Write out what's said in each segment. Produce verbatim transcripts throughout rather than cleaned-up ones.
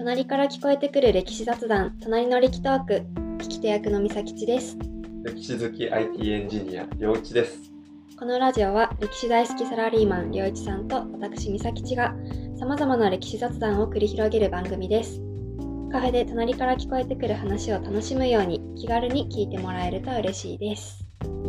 隣から聞こえてくる歴史雑談、隣の歴トーク、聞き手役のみさきちです。 歴史好き アイティー エンジニア、りょういちです。 このラジオは歴史大好きサラリーマンりょういちさんと私みさきちが様々な歴史雑談を繰り広げる番組です。カフェで隣から聞こえてくる話を楽しむように気軽に聞いてもらえると嬉しいです。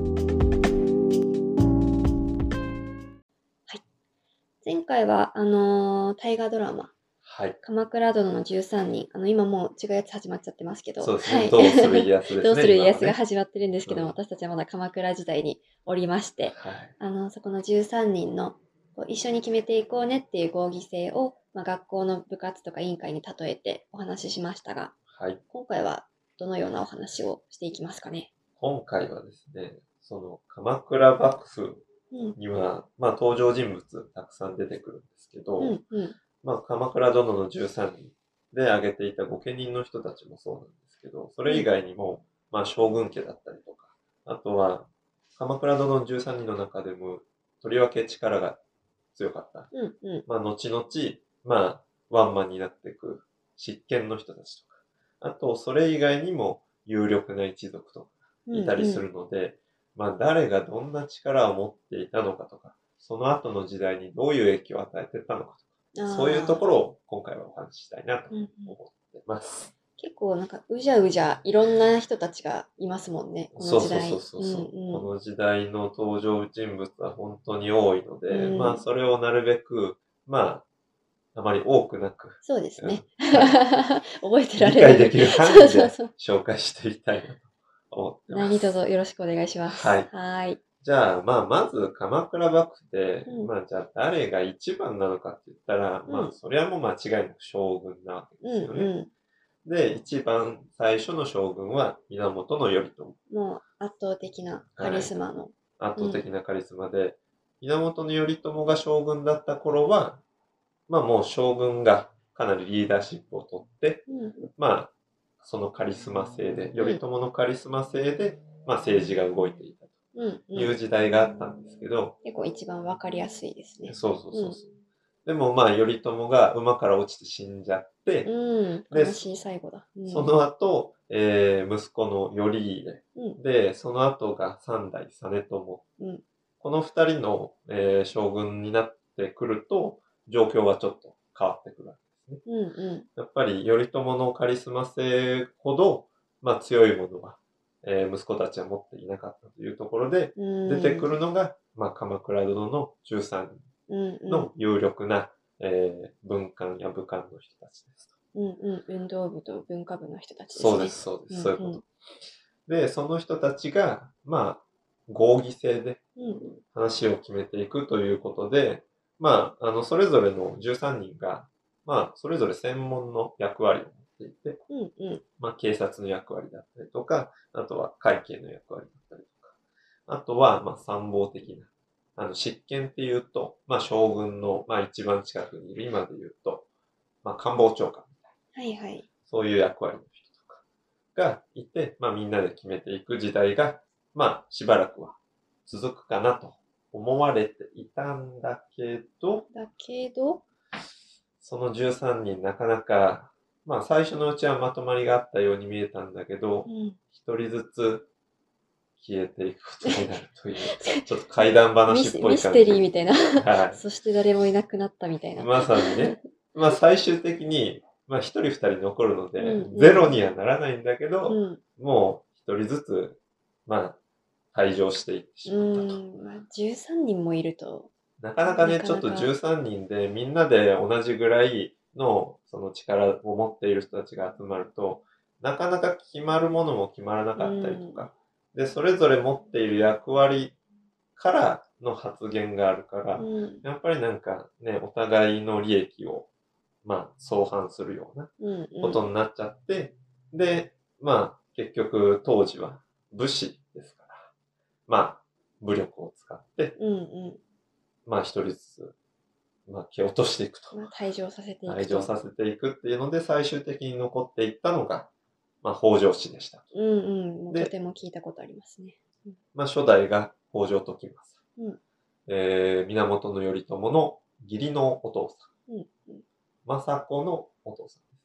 はい。前回はあのー、大河ドラマ、 はい、 鎌倉殿のじゅうさんにん、あの今もう違うやつ始まっちゃってますけど、 そうですね、 はい、 どうする家康ですね。 どうする家康ねが始まってるんですけども、 うん、 私たちはまだ鎌倉時代におりまして、 はい、 あのそこのじゅうさんにんのこう一緒に決めていこうねっていう合議制を、まあ、学校の部活とか委員会に例えてお話ししましたが、 はい、 今回はどのようなお話をしていきますかね。 今回はですね、その鎌倉幕府には、うん、まあ登場人物たくさん出てくるんですけど、 うんうん、 まあ鎌倉殿のじゅうさんにんで挙げていた御家人の人たちもそうなんですけど、それ以外にも、まあ将軍家だったりとか、あとは鎌倉殿のじゅうさんにんの中でもとりわけ力が強かった。 うんうん、 まあ後々、まあワンマンになっていく執権の人たちとか、あとそれ以外にも有力な一族とかいたりするので、うんうん、まあ誰がどんな力を持っていたのかとか、その後の時代にどういう影響を与えていたのかとか、そういうところを今回はお話ししたいなと思ってます。 うんうん、結構なんかうじゃうじゃいろんな人たちがいますもんね、この時代。 そうそうそうそう、うんうん、この時代の登場人物は本当に多いので、うん、まあそれをなるべく、まああまり多くなく。 そうですね。 はい、 覚えてられる。 理解できる範囲で紹介していきたいなと思ってます。 何卒よろしくお願いします。 はい。 はい。 じゃあ、まあ、まず鎌倉幕府で、 うん、 まあ、じゃあ誰が一番なのかって言ったら、うん、まあ、それはもう間違いなく将軍なわけですよね。うんうん、で、一番最初の将軍は源頼朝。 もう圧倒的なカリスマの。 はい、圧倒的なカリスマで、うん、源頼朝が将軍だった頃は、まあもう将軍がかなりリーダーシップを取って、うん、まあそのカリスマ性で、頼朝のカリスマ性で、まあ政治が動いていたという時代があったんですけど、うんうん、 結構一番わかりやすいですね。 そうそうそうそう。うん、でもまあ頼朝が馬から落ちて死んじゃって、 うん、悲しい最後だ。 うん、その後、えー、息子の頼家、うん、で、その後が三代実朝、うん、この二人の、えー、将軍になってくると、状況はちょっと変わってくるわけですね。うんうん、やっぱり頼朝のカリスマ性ほど、まあ、強いものは、えー、息子たちは持っていなかったというところで、出てくるのが、まあ、鎌倉殿のじゅうさんにんの有力な、えー、文官や武官の人たちですと。 うんうん、運動部と文化部の人たちですね。そうです、そうです、そういうこと。で、その人たちが、まあ、合議制で話を決めていくということで、まあ、あの、それぞれのじゅうさんにんが、まあ、それぞれ専門の役割を持っていて、うんうん、まあ、警察の役割だったりとか、あとは会計の役割だったりとか、あとは、まあ、参謀的な、あの、執権っていうと、まあ、将軍の、まあ、一番近くにいる、今で言うと、まあ、官房長官みたいな、はいはい、そういう役割の人とかがいて、まあ、みんなで決めていく時代が、まあ、しばらくは続くかなと思われていたんだけど、 だけど、 そのじゅうさんにんなかなか、まあ最初のうちはまとまりがあったように見えたんだけど、一、うん、人ずつ消えていくことになるという、ちょっと怪談話っぽい感じ。 ミステリーみたいな。 はい。 そして誰もいなくなったみたいな。 まさにね。まあ最終的に、まあ一人二人残るので、うんうん、ゼロにはならないんだけど、うん、もう一人ずつ、まあ、退場していってしまったと。 うん、まあ、じゅうさんにんもいると。 なかなかね、なかなかちょっとじゅうさんにんでみんなで同じぐらいのその力を持っている人たちが集まると、なかなか決まるものも決まらなかったりとか、うん、で、それぞれ持っている役割からの発言があるから、うん、やっぱりなんかね、お互いの利益を、まあ、相反するようなことになっちゃって、うんうん、で、まあ、結局当時は武士ですから、まあ、武力を使って、うんうん、まあ一人ずつ、まあ蹴落としていくと。 まあ、退場させていくと。 退場させていくっていうので、最終的に残っていったのが、まあ北条氏でした。 うんうん。とても聞いたことありますね。 うん、まあ初代が北条時政。うん、えー、源頼朝の義理のお父さん。うんうん、政子のお父さんですね。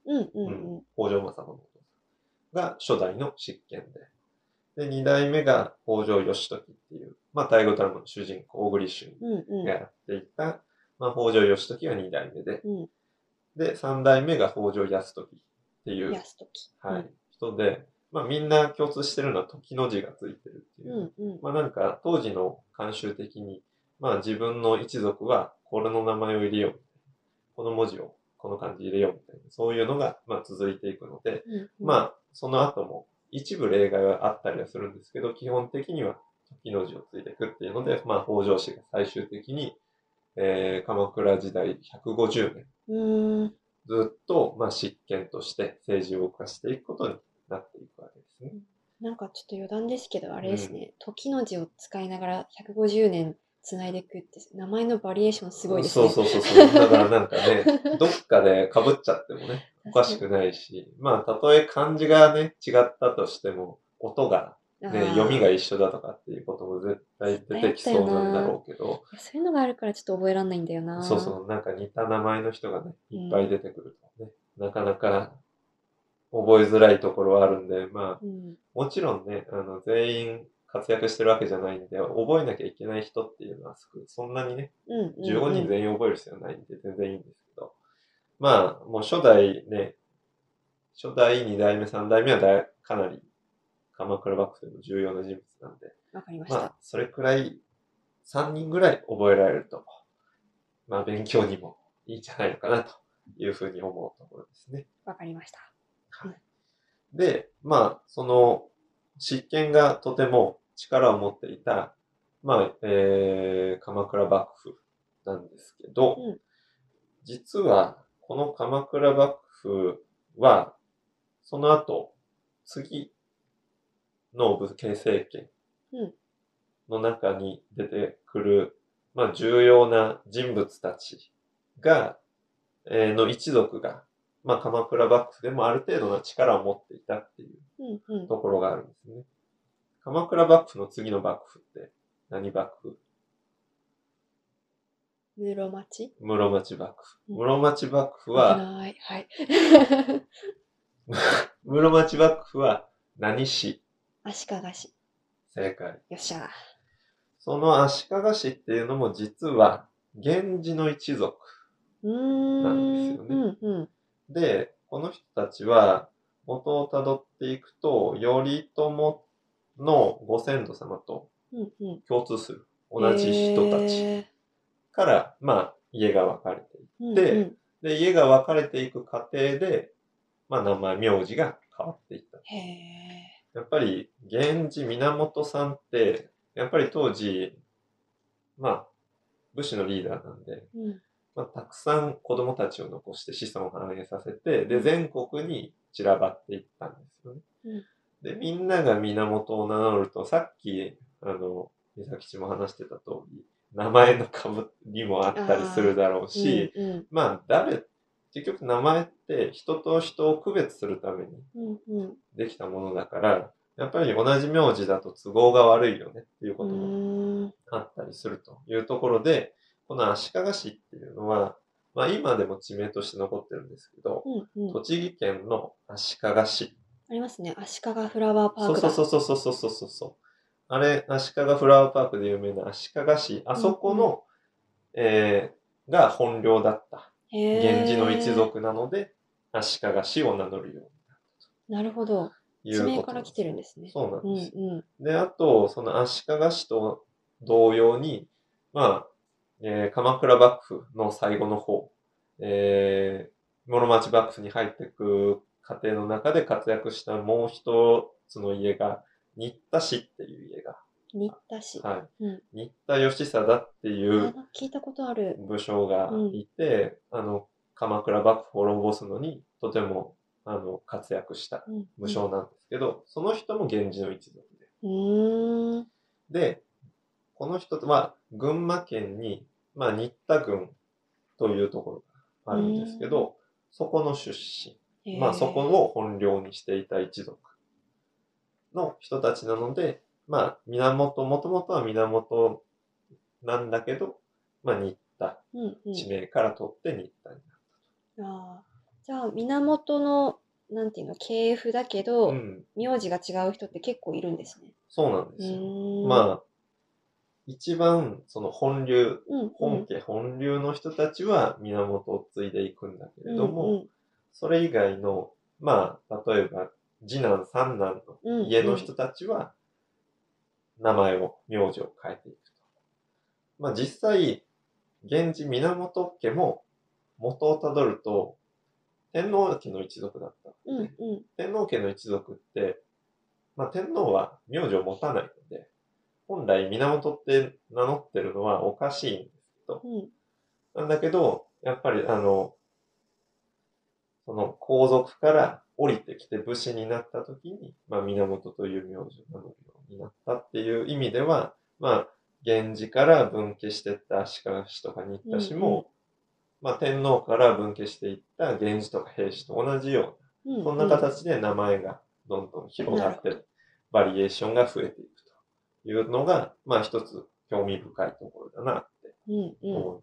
うんうんうん、 北条政子のお父さんが初代の執権で、で、二代目が北条義時っていう、まあ、大河ドラマの主人公、小栗旬がやっていた、うんうん、まあ、北条義時が二代目で、うん、で、三代目が北条泰時っていう、 泰時、 はい、うん、人で、まあ、みんな共通してるのは時の字がついてるっていう。うんうん、まあ、なんか、当時の慣習的に、まあ、自分の一族はこれの名前を入れよう。この文字をこの漢字入れようみたいな、そういうのが、まあ、続いていくので、うんうん、まあ、その後も一部例外はあったりはするんですけど、基本的には時の字をついていくっていうので、まあ、北条氏が最終的に、えー、鎌倉時代ひゃくごじゅうねん、うーんずっと、まあ、執権として政治を動かしていくことになっていくわけですね。 なんかちょっと余談ですけど、あれですね、うん、時の字を使いながらひゃくごじゅうねん繋いでいくって、名前のバリエーションすごいですね。 そうそうそうそう。だからなんかね、どっかで被っちゃってもね、おかしくないし、まあ、たとえ漢字がね、違ったとしても、音が、ね、読みが一緒だとかっていうことも絶対出てきそうなんだろうけど。 そういうのがあるからちょっと覚えらんないんだよな。 そうそう、なんか似た名前の人がね、いっぱい出てくるとね、うん、なかなか覚えづらいところはあるんで、まあ、うん、もちろんね、あの、全員活躍してるわけじゃないんで、覚えなきゃいけない人っていうのはそんなにね、うんうんうん、じゅうごにん全員覚える必要はないんで全然いいんですけど、まあ、もう初代ね、初代、二代目、三代目はだかなり鎌倉幕府の重要な人物なんで、 わかりました。 まあ、それくらいさんにんぐらい覚えられると、まあ、勉強にもいいんじゃないのかなというふうに思うところですね。 わかりました。 はい。で、まあ、その、執権がとても力を持っていた、まあ、えー、鎌倉幕府なんですけど、うん、実は、この鎌倉幕府は、その後、次の武家政権の中に出てくる、まあ、重要な人物たちが、えー、の一族が、まあ、鎌倉幕府でもある程度の力を持っていたっていうところがあるんですね。うんうん、鎌倉幕府の次の幕府って何幕府？ 室町？ 室町幕府。室町幕府は、 危ない。はい。 室町幕府は何氏？ 足利氏。 正解。 よっしゃ。 その足利氏っていうのも実は源氏の一族なんですよね。うんうん、で、この人たちは元をたどっていくと、頼朝のご先祖様と共通する、うんうん、同じ人たちから、まあ、家が分かれていって、うんうん、で、家が分かれていく過程で、まあ、名前、名字が変わっていった。へやっぱり、源氏源さんって、やっぱり当時、まあ、武士のリーダーなんで、うんまあ、たくさん子供たちを残して子孫を繁栄させて、で、全国に散らばっていったんですよね。うん、で、みんなが源を名乗ると、さっき、あの、美咲ちも話してた通り、名前のかぶりもあったりするだろうし、うんうん、まあ、誰、結局名前って人と人を区別するためにできたものだから、やっぱり同じ名字だと都合が悪いよねっていうこともあったりするというところで、この足利市っていうのは、まあ今でも地名として残ってるんですけど、うんうん、栃木県の足利市。 ありますね。足利フラワーパークだ。 そうそうそうそうそうそうそう。あれ、足利フラワーパークで有名な足利市、あそこの、うんうん、えー、が本領だった。源氏の一族なので、足利市を名乗るようになった。 なるほど。地名から来てるんですね。 そうなんです。うんうん、で、あと、その足利市と同様に、まあ、えー、鎌倉幕府の最後の方、えー、室町幕府に入っていく過程の中で活躍したもう一つの家が、新田氏っていう家が。 新田氏。 はい。うん、新田義貞っていう聞いたことある武将がいて、うん、あの、鎌倉幕府を滅ぼすのにとてもあの活躍した武将なんですけど、うんうん、その人も源氏の一族で。うーんで、この人は群馬県に、まあ、新田郡というところがあるんですけど、そこの出身。まあ、そこを本領にしていた一族の人たちなので、まあ、源、もともとは源なんだけど、まあ、新田、地名から取って新田になったと。 ああ、 じゃあ、源の、なんていうの、系譜だけど、 うん、 名字が違う人って結構いるんですね。 そうなんですよ。 ーまあ、一番その本流、 うんうん、 本家本流の人たちは源を継いでいくんだけれども、 うんうん、 それ以外の、まあ、例えば次男三男の家の人たちは名前を、名字を変えていくと。まあ実際、源氏源家も元をたどると天皇家の一族だったので、 うんうん、 天皇家の一族って、まあ天皇は名字を持たないので、本来源って名乗ってるのはおかしいんですけど、 うん、 なんだけど、やっぱりあの、その皇族から降りてきて武士になった時に、まあ源という名字を名乗るようになったっていう意味では、まあ、源氏から分家していった足利氏とか新田氏も、 うんうん、 まあ天皇から分家していった源氏とか平氏と同じような、 うん、 そんな形で名前がどんどん広がって、バリエーションが増えていくというのが、まあ一つ興味深いところだなって思います。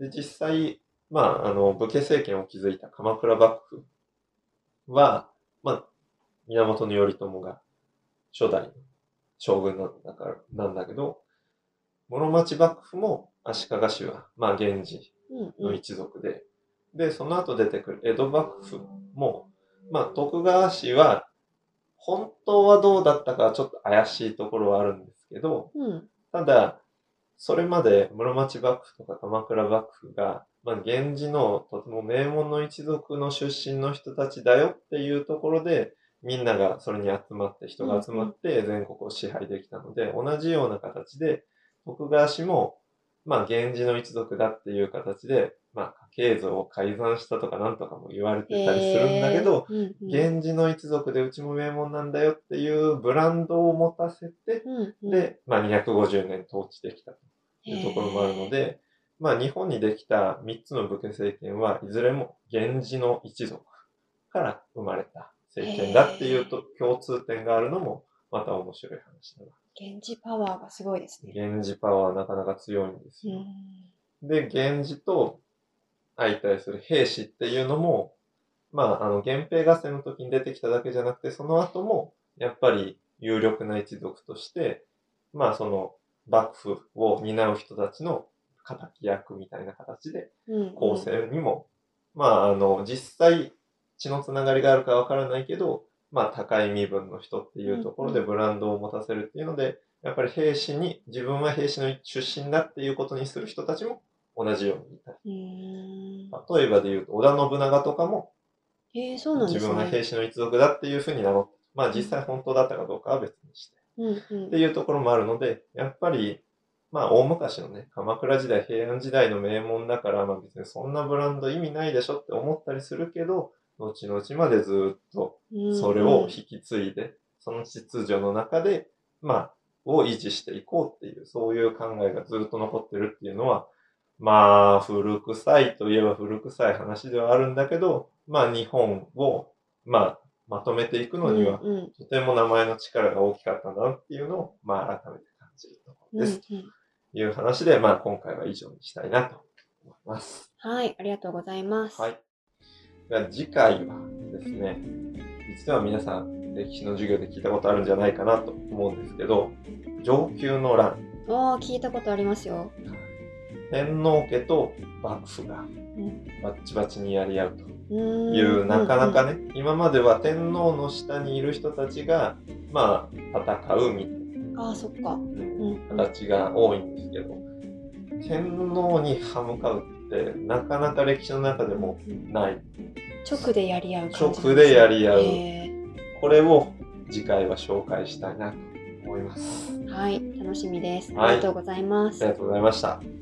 で、実際、まあ、あの、武家政権を築いた鎌倉幕府は、まあ、源頼朝が初代の将軍なんだから、なんだけど、室町幕府も足利氏は、まあ、源氏の一族で、で、その後出てくる江戸幕府も、まあ、徳川氏は、本当はどうだったかちょっと怪しいところはあるんですけど、 うん、 ただ、それまで室町幕府とか鎌倉幕府が、まあ、源氏のとても名門の一族の出身の人たちだよっていうところで、みんながそれに集まって、人が集まって全国を支配できたので、同じような形で、徳川氏も、まあ、源氏の一族だっていう形で、まあ、家系図を改ざんしたとかなんとかも言われてたりするんだけど、 うんうん、 源氏の一族でうちも名門なんだよっていうブランドを持たせて、 うんうん、 で、まあ、にひゃくごじゅうねん統治できたというところもあるので、まあ、日本にできたみっつの武家政権はいずれも源氏の一族から生まれた政権だっていうと共通点があるのもまた面白い話だな。 源氏パワーがすごいですね。 源氏パワーなかなか強いんですよ。で、源氏と相対する平氏っていうのも、まあ、あの、源平合戦の時に出てきただけじゃなくて、その後も、やっぱり有力な一族として、まあ、その、幕府を担う人たちの仇役みたいな形で、構成にも、うんうん、まあ、あの、実際、血のつながりがあるかわからないけど、まあ、高い身分の人っていうところでブランドを持たせるっていうので、やっぱり兵士に、自分は兵士の出身だっていうことにする人たちも同じようにいたり。例えばで言うと、織田信長とかも、 えー、そうなんですね、 自分は兵士の一族だっていうふうに名乗って、まあ実際本当だったかどうかは別にして、 うんうん、 っていうところもあるので、やっぱり、まあ大昔のね、鎌倉時代、平安時代の名門だから、まあ別にそんなブランド意味ないでしょって思ったりするけど、後々までずっとそれを引き継いで、うんうん、その秩序の中で、まあ、を維持していこうっていう、そういう考えがずっと残ってるっていうのは、まあ、古臭いといえば古臭い話ではあるんだけど、まあ、日本を、まあ、まとめていくのには、うんうん、とても名前の力が大きかったんだなっていうのを、まあ、改めて感じるところです。うんうん、という話で、まあ、今回は以上にしたいなと思います。 はい、ありがとうございます。 はい。では次回はですね、実は皆さん、歴史の授業で聞いたことあるんじゃないかなと思うんですけど、承久の乱。 ああ、聞いたことありますよ。 天皇家と幕府がバッチバチにやり合うという、うん、なかなかね、うんうん、今までは天皇の下にいる人たちが、まあ、戦うみたいな、 あ、そっか、うん、 形が多いんですけど、天皇に歯向かうってなかなか歴史の中でもない。 直でやり合う感じ、 直でやり合う。これを次回は紹介したいなと思います。 はい、楽しみです。ありがとうございます。 はい、ありがとうございました。